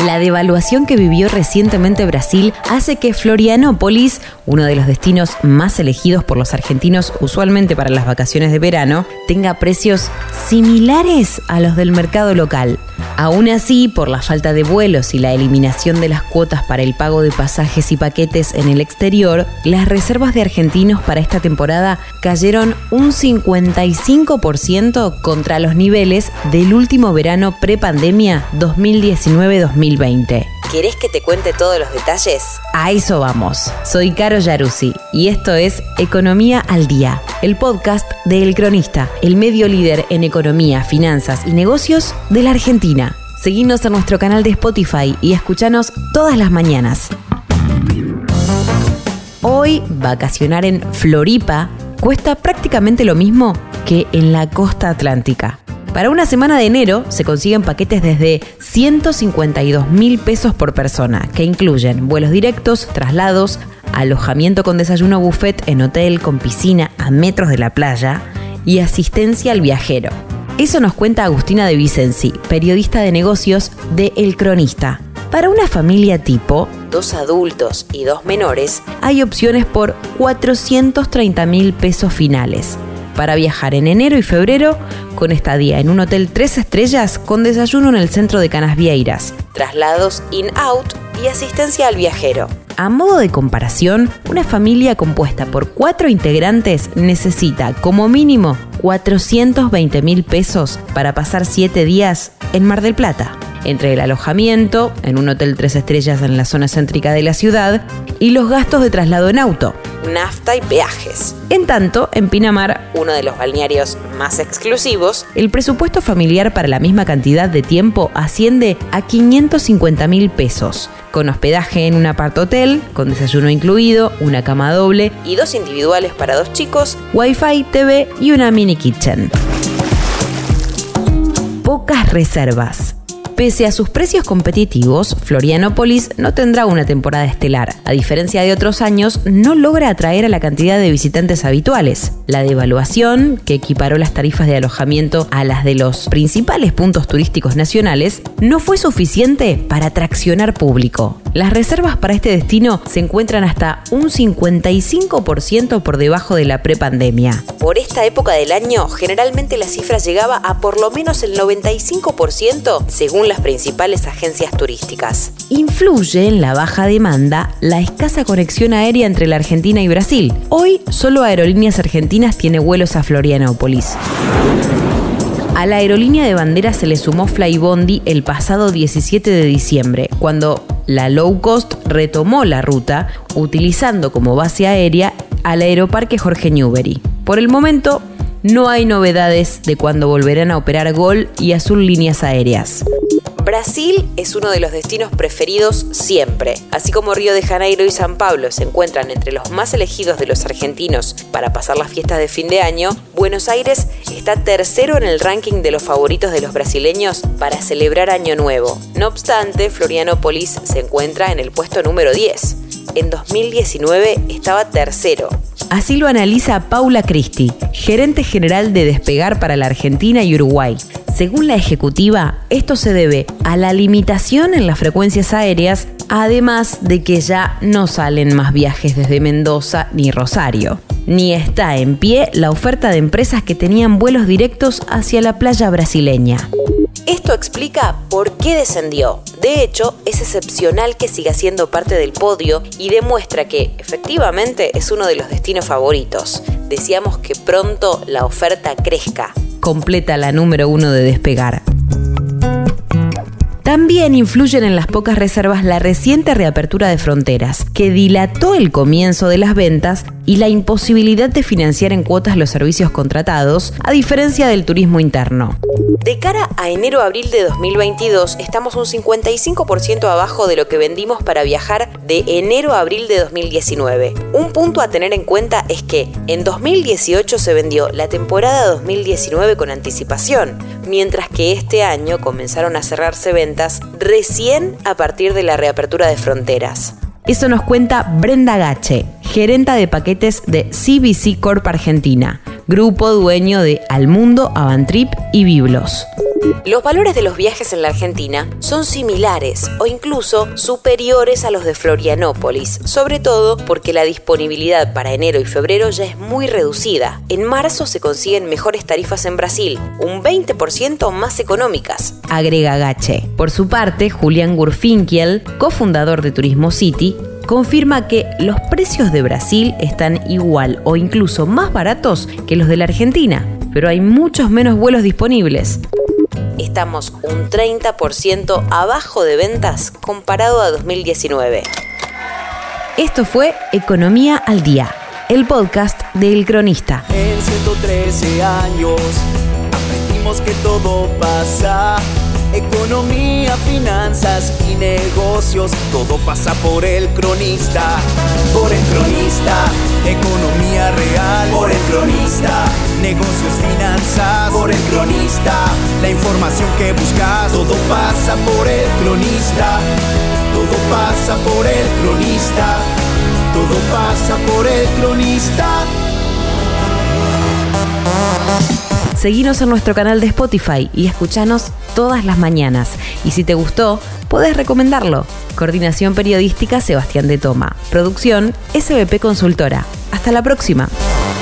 La devaluación que vivió recientemente Brasil hace que Florianópolis, uno de los destinos más elegidos por los argentinos usualmente para las vacaciones de verano, tenga precios similares a los del mercado local. Aún así, por la falta de vuelos y la eliminación de las cuotas para el pago de pasajes y paquetes en el exterior, las reservas de argentinos para esta temporada cayeron un 55% contra los niveles del último verano prepandemia 2019-2020. ¿Querés que te cuente todos los detalles? A eso vamos. Soy Caro Yaruzzi y esto es Economía al Día, el podcast de El Cronista, el medio líder en economía, finanzas y negocios de la Argentina. Seguinos en nuestro canal de Spotify y escuchanos todas las mañanas. Hoy, vacacionar en Floripa cuesta prácticamente lo mismo que en la costa atlántica. Para una semana de enero se consiguen paquetes desde 152.000 pesos por persona, que incluyen vuelos directos, traslados, alojamiento con desayuno buffet en hotel con piscina a metros de la playa y asistencia al viajero. Eso nos cuenta Agustina De Vicenzi, periodista de negocios de El Cronista. Para una familia tipo, 2 adultos y 2 menores, hay opciones por 430.000 pesos finales. Para viajar en enero y febrero, con estadía en un hotel 3 estrellas con desayuno en el centro de Canasvieiras, traslados in-out y asistencia al viajero. A modo de comparación, una familia compuesta por 4 integrantes necesita como mínimo 420.000 pesos para pasar 7 días en Mar del Plata, entre el alojamiento en un hotel 3 estrellas en la zona céntrica de la ciudad y los gastos de traslado en auto, nafta y peajes. En tanto, en Pinamar, uno de los balnearios más exclusivos, el presupuesto familiar para la misma cantidad de tiempo asciende a 550.000 pesos, con hospedaje en un apart-hotel, con desayuno incluido, una cama doble y 2 individuales para 2 chicos, wifi, TV y una mini kitchen. Pocas reservas. Pese a sus precios competitivos, Florianópolis no tendrá una temporada estelar. A diferencia de otros años, no logra atraer a la cantidad de visitantes habituales. La devaluación, que equiparó las tarifas de alojamiento a las de los principales puntos turísticos nacionales, no fue suficiente para traccionar público. Las reservas para este destino se encuentran hasta un 55% por debajo de la prepandemia. Por esta época del año, generalmente la cifra llegaba a por lo menos el 95% según las principales agencias turísticas. Influye en la baja demanda la escasa conexión aérea entre la Argentina y Brasil. Hoy, solo Aerolíneas Argentinas tiene vuelos a Florianópolis. A la aerolínea de bandera se le sumó Flybondi el pasado 17 de diciembre, cuando la low cost retomó la ruta, utilizando como base aérea al Aeroparque Jorge Newbery. Por el momento, no hay novedades de cuándo volverán a operar Gol y Azul Líneas Aéreas. Brasil es uno de los destinos preferidos siempre. Así como Río de Janeiro y San Pablo se encuentran entre los más elegidos de los argentinos para pasar las fiestas de fin de año, Buenos Aires está tercero en el ranking de los favoritos de los brasileños para celebrar Año Nuevo. No obstante, Florianópolis se encuentra en el puesto número 10. En 2019 estaba tercero. Así lo analiza Paula Cristi, gerente general de Despegar para la Argentina y Uruguay. Según la ejecutiva, esto se debe a la limitación en las frecuencias aéreas, además de que ya no salen más viajes desde Mendoza ni Rosario. Ni está en pie la oferta de empresas que tenían vuelos directos hacia la playa brasileña. Esto explica por qué descendió. De hecho, es excepcional que siga siendo parte del podio y demuestra que, efectivamente, es uno de los destinos favoritos. Deseamos que pronto la oferta crezca. Completa la número 1 de Despegar. También influyen en las pocas reservas la reciente reapertura de fronteras, que dilató el comienzo de las ventas y la imposibilidad de financiar en cuotas los servicios contratados, a diferencia del turismo interno. De cara a enero-abril de 2022, estamos un 55% abajo de lo que vendimos para viajar de enero a abril de 2019. Un punto a tener en cuenta es que en 2018 se vendió la temporada 2019 con anticipación, mientras que este año comenzaron a cerrarse ventas recién a partir de la reapertura de fronteras. Eso nos cuenta Brenda Gache, gerenta de paquetes de CVC Corp Argentina. grupo dueño de Almundo, Avantrip y Biblos. Los valores de los viajes en la Argentina son similares o incluso superiores a los de Florianópolis, sobre todo porque la disponibilidad para enero y febrero ya es muy reducida. En marzo se consiguen mejores tarifas en Brasil, un 20% más económicas, agrega Gache. Por su parte, Julián Gurfinkiel, cofundador de Turismo City, confirma que los precios de Brasil están igual o incluso más baratos que los de la Argentina, pero hay muchos menos vuelos disponibles. Estamos un 30% abajo de ventas comparado a 2019. Esto fue Economía al Día, el podcast de El Cronista. En 113 años aprendimos que todo pasa. Economía, finanzas y negocios, todo pasa por El Cronista. Por El Cronista, economía real. Por El Cronista, negocios, finanzas. Por El Cronista, la información que buscas. Todo pasa por El Cronista. Todo pasa por El Cronista. Todo pasa por El Cronista. Seguinos en nuestro canal de Spotify y escuchanos todas las mañanas. Y si te gustó, podés recomendarlo. Coordinación periodística Sebastián de Toma. Producción SBP Consultora. Hasta la próxima.